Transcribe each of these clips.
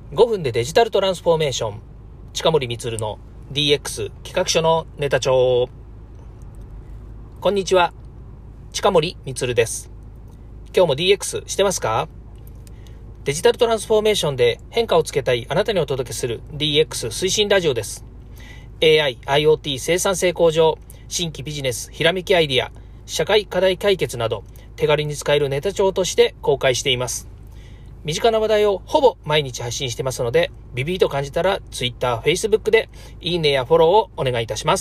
5分でデジタルトランスフォーメーション、近森光の DX 企画書のネタ帳。こんにちは、近森光です。今日も DX してますか？デジタルトランスフォーメーションで変化をつけたいあなたにお届けする DX 推進ラジオです。AI、IoT 生産性向上、新規ビジネス、ひらめきアイディア、社会課題解決など手軽に使えるネタ帳として公開しています。身近な話題をほぼ毎日配信してますので、ビビーと感じたら Twitter、Facebook でいいねやフォローをお願いいたします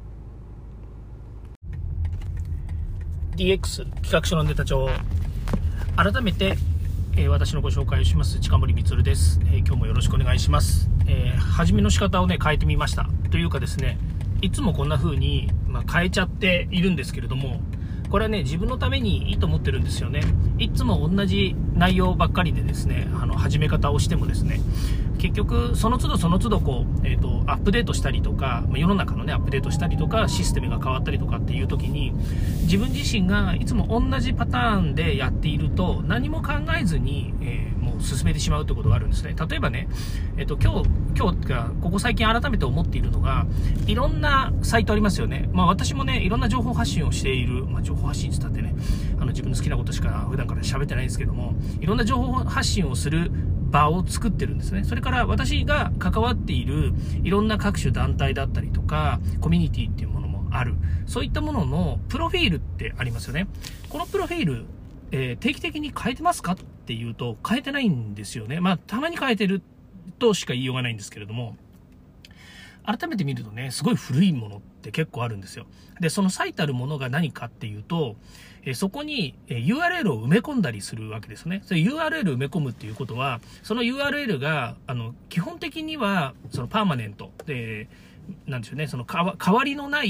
。DX 企画書のネタ帳。改めて、私のご紹介をします近森光です。今日もよろしくお願いします。始めの仕方をね変えてみました。というかですね、いつもこんな風に、変えちゃっているんですけれども、これはね自分のためにいいと思ってるんですよね。いつも同じ内容ばっかりでですね、始め方をしてもですね、結局その都度その都度こう、アップデートしたりとか、世の中のねアップデートしたりとか、システムが変わったりとかっていう時に、自分自身がいつも同じパターンでやっていると何も考えずに、もう進めてしまうということがあるんですね。例えばね、今日がここ最近改めて思っているのが、いろんなサイトありますよね。私もねいろんな情報発信をしている、情報発信って言ったってね、自分の好きなことしか普段から喋ってないんですけども、いろんな情報発信をする場を作ってるんですね。それから私が関わっているいろんな各種団体だったりとかコミュニティっていうものもある。そういったもののプロフィールってありますよね。このプロフィール、定期的に変えてますかっていうと変えてないんですよね。たまに変えてるとしか言いようがないんですけれども、改めて見るとねすごい古いものって結構あるんですよ。でその最たるものが何かっていうと、そこに URL を埋め込んだりするわけですね。それ URL 埋め込むっていうことは、その URL が基本的にはそのパーマネントで、なんでしょうね、その変わりのない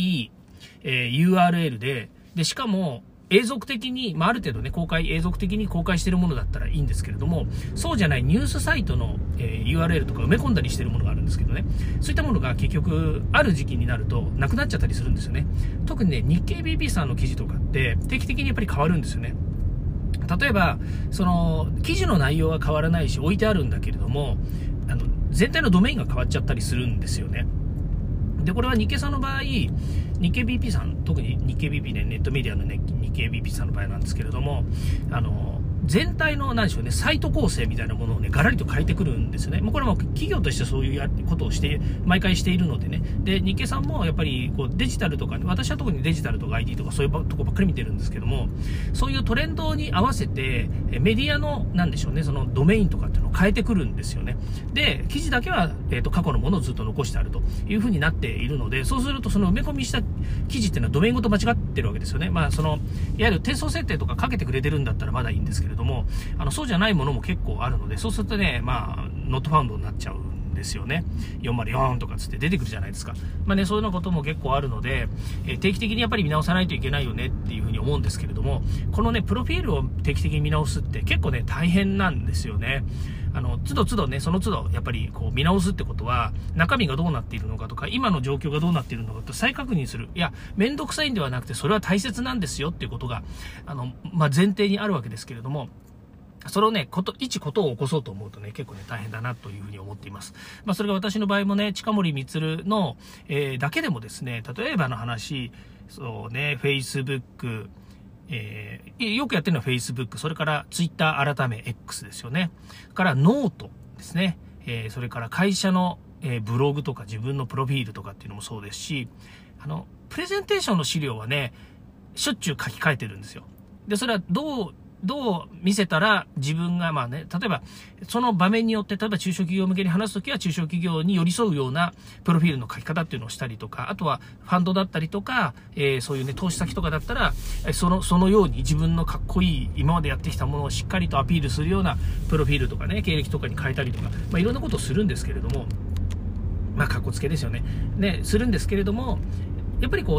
、URL でしかも永続的に、ある程度ね永続的に公開しているものだったらいいんですけれども、そうじゃないニュースサイトの、URL とか埋め込んだりしているものがあるんですけどね、そういったものが結局ある時期になるとなくなっちゃったりするんですよね。特にね日経 BP さんの記事とかって定期的にやっぱり変わるんですよね。例えばその記事の内容は変わらないし置いてあるんだけれども、全体のドメインが変わっちゃったりするんですよね。でこれは日経さんの場合、日経 BP さん、特に日経 BP ね、ネットメディアのね日経 BP さんの場合なんですけれども、全体の何でしょうね、サイト構成みたいなものをねガラリと変えてくるんですよね。これも企業としてそういうことをして毎回しているのでね。で日経さんもやっぱりこうデジタルとか、私は特にデジタルとか IT とかそういうとこばっかり見てるんですけども、そういうトレンドに合わせてメディアの何でしょうね、そのドメインとかっていうのを変えてくるんですよね。で記事だけは、過去のものをずっと残してあるという風になっているので、そうするとその埋め込みした記事っていうのはドメインごと間違ってるわけですよね。そのいわゆる転送設定とかかけてくれてるんだったらまだいいんですけれども、そうじゃないものも結構あるので、そうするとねノットファウンドになっちゃうんですよね。404とかつって出てくるじゃないですか。そういうようなことも結構あるので、定期的にやっぱり見直さないといけないよねっていう風に思うんですけれども、このねプロフィールを定期的に見直すって結構ね大変なんですよね。都度都度ね、その都度やっぱりこう見直すってことは、中身がどうなっているのかとか、今の状況がどうなっているのかと再確認する。いやめんどくさいんではなくて、それは大切なんですよっていうことが前提にあるわけですけれども、それをね一ことを起こそうと思うとね結構ね大変だなというふうに思っています。それが私の場合もね、近森光の、だけでもですね、例えばの話、そうね Facebook、よくやってるのは Facebook、 それからTwitter、改め X ですよね。からノートですね、それから会社の、ブログとか自分のプロフィールとかっていうのもそうですし、プレゼンテーションの資料はねしょっちゅう書き換えてるんですよ。でそれはどう見せたら自分が例えばその場面によって、例えば中小企業向けに話すときは中小企業に寄り添うようなプロフィールの書き方っていうのをしたりとか、あとはファンドだったりとか、そういうね投資先とかだったらそのように自分のかっこいい今までやってきたものをしっかりとアピールするようなプロフィールとかね経歴とかに変えたりとか、いろんなことをするんですけれども、かっこつけですよね。するんですけれども、やっぱりこうね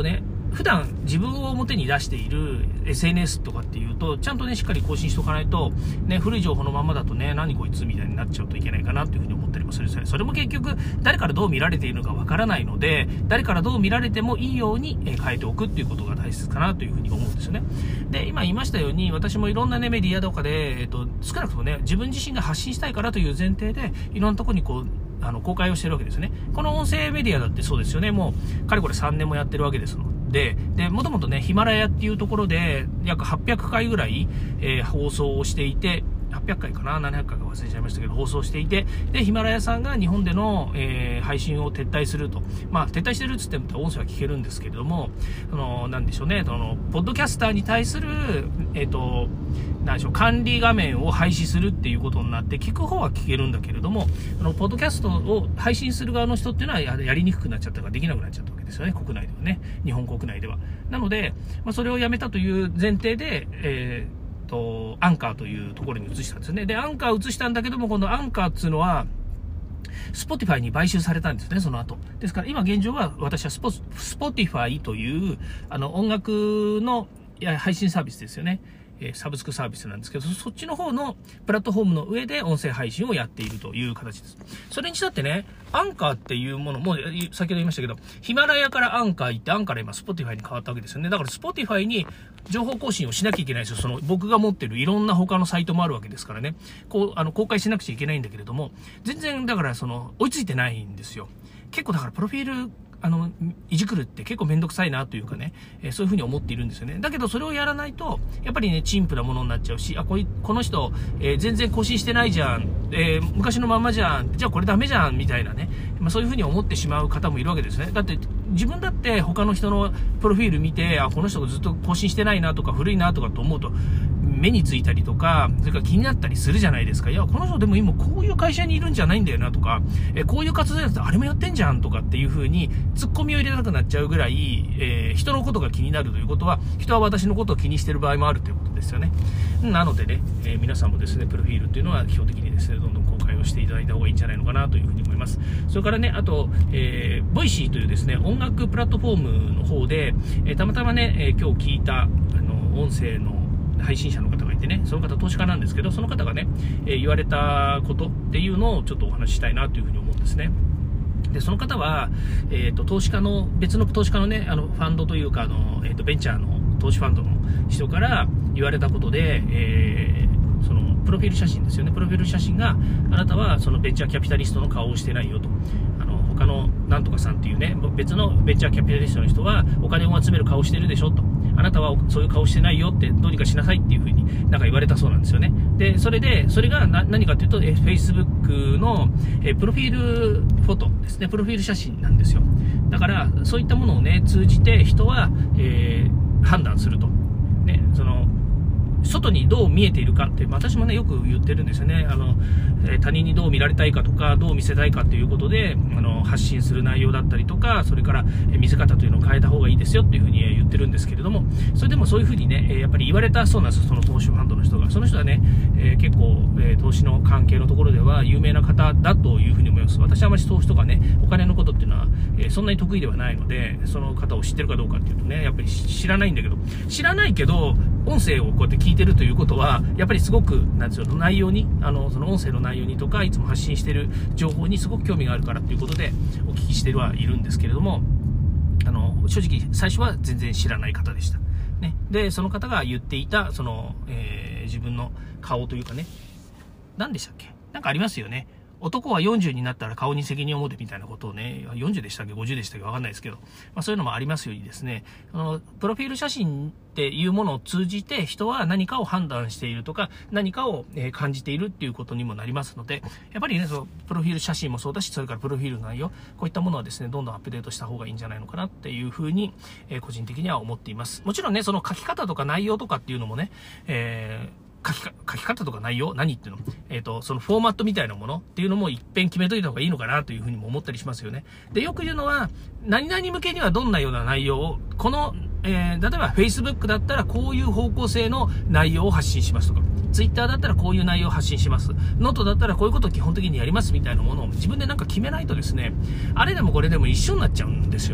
普段自分を表に出している SNS とかっていうと、ちゃんとね、しっかり更新しておかないと、ね、古い情報のままだとね、何こいつみたいになっちゃうといけないかなというふうに思ったりもするんですね。それも結局、誰からどう見られているのかわからないので、誰からどう見られてもいいように変えておくっていうことが大切かなというふうに思うんですよね。で、今言いましたように、私もいろんなね、メディアとかで、少なくともね、自分自身が発信したいからという前提で、いろんなところに公開をしてるわけですね。この音声メディアだってそうですよね。もう、かれこれ3年もやってるわけですので、もともとね、ヒマラヤっていうところで、約800回ぐらい、放送をしていて、800回かな、700回か忘れちゃいましたけど、放送していて、で、ヒマラヤさんが日本での、配信を撤退すると。まあ、撤退してるっつっても音声は聞けるんですけれども、なんでしょうね、ポッドキャスターに対する、なんでしょう、管理画面を廃止するっていうことになって、聞く方は聞けるんだけれども、ポッドキャストを配信する側の人っていうのはやりにくくなっちゃったからできなくなっちゃったわけですよね、国内ではね。日本国内では。なので、まあ、それをやめたという前提で、アンカーというところに移したんですね。で、アンカー移したんだけども、このアンカーっていうのは、Spotify に買収されたんですね、その後。ですから、今現状は私はSpotify という、音楽の配信サービスですよね。サブスクサービスなんですけど、そっちの方のプラットフォームの上で音声配信をやっているという形です。それにしたってね、アンカーっていうものも、先ほど言いましたけど、ヒマラヤからアンカー行って、アンカーから今 Spotify に変わったわけですよね。だから Spotify に情報更新をしなきゃいけないですよ。僕が持ってるいろんな他のサイトもあるわけですからね。公開しなくちゃいけないんだけれども、全然だから追いついてないんですよ。結構だからプロフィール、いじくるって結構めんどくさいなというかね、そういうふうに思っているんですよね。だけどそれをやらないと、やっぱりね、陳腐なものになっちゃうし、この人、全然更新してないじゃん、昔のまんまじゃん、じゃあこれダメじゃん、みたいなね、まあ、そういうふうに思ってしまう方もいるわけですね。だって、自分だって他の人のプロフィール見て、この人がずっと更新してないなとか、古いなとかと思うと、目についたりとか、それから気になったりするじゃないですか。いや、この人でも今こういう会社にいるんじゃないんだよなとか、こういう活動やってあれもやってんじゃんとかっていう風に、ツッコミを入れなくなっちゃうぐらい、人のことが気になるということは、人は私のことを気にしている場合もあるということですよね。なのでね、皆さんもですね、プロフィールっていうのは基本的にですね、どんどん公開をしていただいた方がいいんじゃないのかなというふうに思います。それからね、あと、ボイシーというですね、音楽プラットフォームの方で、たまたまね、今日聞いた、音声の配信者の方がいてね、その方投資家なんですけど、その方がね、言われたことっていうのをちょっとお話ししたいなというふうに思うんですね。で、その方は、投資家の、別の投資家のね、ファンドというか、ベンチャーの投資ファンドの人から言われたことで、その、プロフィール写真ですよね。プロフィール写真が、あなたはそのベンチャーキャピタリストの顔をしてないよと。他のなんとかさんっていうね、別のベンチャーキャピタリストの人はお金を集める顔してるでしょと。あなたはそういう顔してないよってどうにかしなさいっていう風になんか言われたそうなんですよね。で、それが何かというと、Facebook の、プロフィールフォトですね。プロフィール写真なんですよ。だから、そういったものをね、通じて人は、判断すると。ね、外にどう見えているかって、私もね、よく言ってるんですよね。他人にどう見られたいかとか、どう見せたいかということで、発信する内容だったりとか、それから、見せ方というのを変えた方がいいですよっていうふうに言ってるんですけれども、それでもそういうふうにね、やっぱり言われたそうなんですよ、その投資ファンドの人が。その人はね、結構、投資の関係のところでは有名な方だというふうに思います。私はあまり投資とかね、お金のことっていうのは、そんなに得意ではないので、その方を知ってるかどうかっていうとね、やっぱり知らないんだけど、音声をこうやって聞いてるということは、やっぱりすごく、なんですよ、内容に、その音声の内容にとか、いつも発信している情報にすごく興味があるからということで、お聞きしてはいるんですけれども、正直、最初は全然知らない方でした。ね。で、その方が言っていた、自分の顔というかね、何でしたっけ？なんかありますよね。男は40になったら顔に責任を持てみたいなことをね、40でしたっけ50でしたっけわかんないですけど、まあそういうのもありますようにですね、プロフィール写真っていうものを通じて人は何かを判断しているとか、何かを感じているっていうことにもなりますので、やっぱりね、プロフィール写真もそうだし、それからプロフィールの内容、こういったものはですね、どんどんアップデートした方がいいんじゃないのかなっていうふうに、個人的には思っています。もちろんね、その書き方とか内容とかっていうのもね、書き方とか内容何っていうのそのフォーマットみたいなものっていうのも一遍決めといた方がいいのかなというふうにも思ったりしますよね。で、よく言うのは、何々向けにはどんなような内容を、例えば Facebook だったらこういう方向性の内容を発信しますとか、Twitter だったらこういう内容を発信します。ノートだったらこういうことを基本的にやりますみたいなものを自分でなんか決めないとですね、あれでもこれでも一緒になっちゃうんですよね。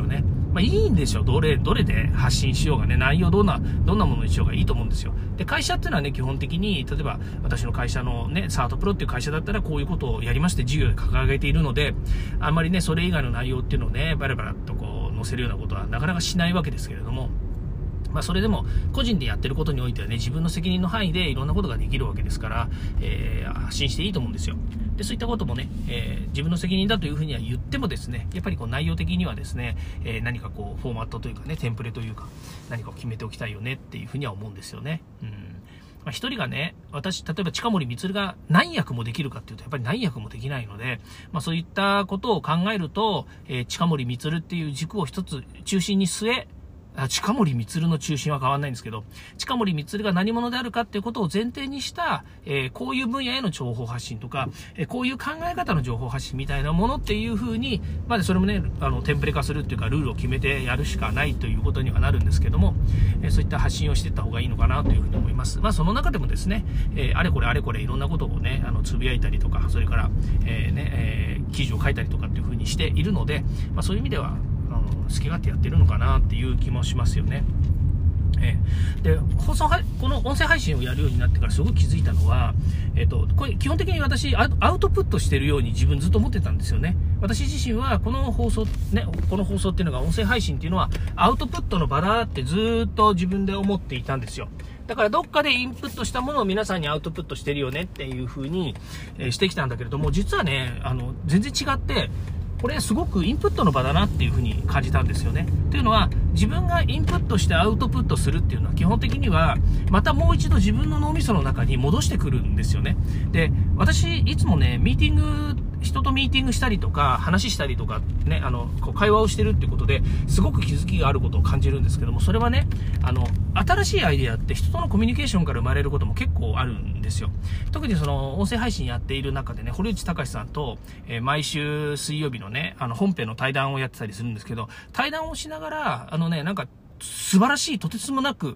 いいんでしょ。どれで発信しようがね、内容どんなものにしようがいいと思うんですよ。で、会社っていうのはね、基本的に、例えば私の会社のね、サートプロっていう会社だったらこういうことをやりまして事業で掲げているので、あんまりね、それ以外の内容っていうのをね、バラバラとこう載せるようなことはなかなかしないわけですけれども、それでも個人でやってることにおいてはね、自分の責任の範囲でいろんなことができるわけですから、発信していいと思うんですよ。で、そういったこともね、自分の責任だというふうには言ってもですね、やっぱりこう内容的にはですね、何かこうフォーマットというかね、テンプレというか何かを決めておきたいよねっていうふうには思うんですよね。一人がね、例えば近森光が何役もできるかっていうと、やっぱり何役もできないので、そういったことを考えると、近森光っていう軸を一つ中心に据え、近森光の中心は変わらないんですけど、近森光が何者であるかっていうことを前提にした、こういう分野への情報発信とか、こういう考え方の情報発信みたいなものっていう風に、それもね、テンプレ化するっていうか、ルールを決めてやるしかないということにはなるんですけども、そういった発信をしていった方がいいのかなというふうに思います。その中でもですね、あれこれいろんなことをね、つぶやいたりとか、それから、記事を書いたりとかっていう風にしているので、そういう意味では、好き勝手やってるのかなっていう気もしますよね。で、この音声配信をやるようになってからすごく気づいたのは、これ基本的に私アウトプットしてるように自分ずっと思ってたんですよね。私自身はこの放送っていうのが、音声配信っていうのはアウトプットの場だってずっと自分で思っていたんですよ。だからどっかでインプットしたものを皆さんにアウトプットしてるよねっていう風にしてきたんだけれども、実はね、全然違って、これすごくインプットの場だなっていう風に感じたんですよね。というのは、自分がインプットしてアウトプットするっていうのは基本的にはまたもう一度自分の脳みその中に戻してくるんですよね。で、私いつもね、人とミーティングしたりとか話したりとかね、こう会話をしてるっていうことですごく気づきがあることを感じるんですけども、それはね、新しいアイデアって人とのコミュニケーションから生まれることも結構あるんですよ。特にその音声配信やっている中でね、堀内隆さんと、毎週水曜日のね、本編の対談をやってたりするんですけど、対談をしながらなんか素晴らしい、とてつもなく、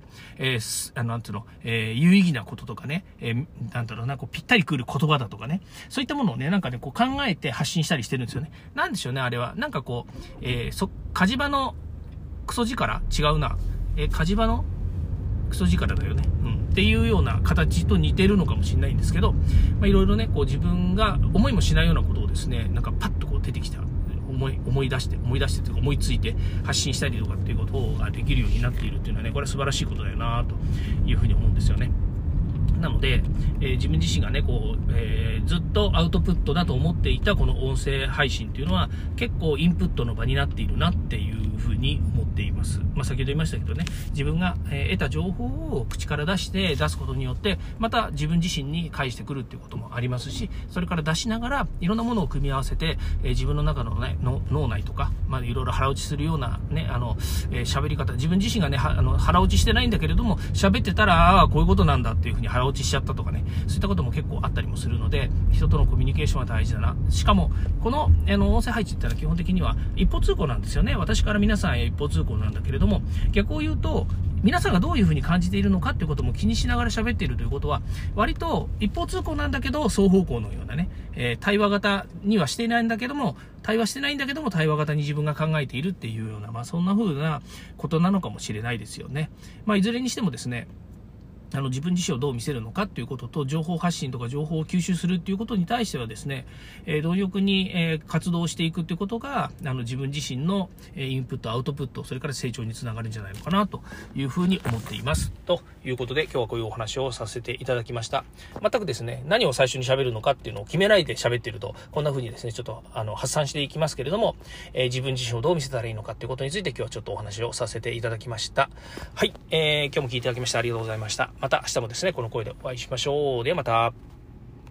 有意義なこととかね、こうぴったりくる言葉だとかね、そういったものをね、こう考えて発信したりしてるんですよね。なんでしょうね、あれは。こう、火事場のクソ力違うな。火事場のクソ力だよね。っていうような形と似てるのかもしれないんですけど、いろいろね、こう自分が思いもしないようなことをですね、パッとこう出てきた。思い出してというか思いついて発信したりとかっていうことができるようになっているっていうのはね、これは素晴らしいことだよなというふうに思うんですよね。なので、自分自身がね、こう、ずっとアウトプットだと思っていたこの音声配信っていうのは結構インプットの場になっているなっていうふうに思っています。先ほど言いましたけどね、自分が得た情報を口から出すことによってまた自分自身に返してくるっていうこともありますし、それから出しながらいろんなものを組み合わせて、自分の中のね、脳内とか、いろいろ腹落ちするようなね、喋り方、自分自身がね、腹落ちしてないんだけれども喋ってたら、こういうことなんだっていうふうに腹落ちしちゃったとかね、そういったことも結構あったりもするので、人とのコミュニケーションは大事だな。しかもこの音声配信ってのは基本的には一方通行なんですよね。私から皆さんへ一方通行なんだけれども、逆を言うと皆さんがどういうふうに感じているのかっていうことも気にしながら喋っているということは、割と一方通行なんだけど双方向のようなね、対話型にはしていないんだけども対話型に自分が考えているっていうような、そんな風なことなのかもしれないですよね。いずれにしてもですね、自分自身をどう見せるのかっていうことと、情報発信とか情報を吸収するっていうことに対してはですね、貪欲に活動していくっていうことが自分自身のインプットアウトプット、それから成長につながるんじゃないのかなというふうに思っています。ということで今日はこういうお話をさせていただきました。全くですね、何を最初に喋るのかっていうのを決めないで喋っているとこんなふうにですね、ちょっと発散していきますけれども、自分自身をどう見せたらいいのかっていうことについて今日はちょっとお話をさせていただきました。はい、今日も聞いていただきましてありがとうございました。また明日もですね、この声でお会いしましょう。ではまた。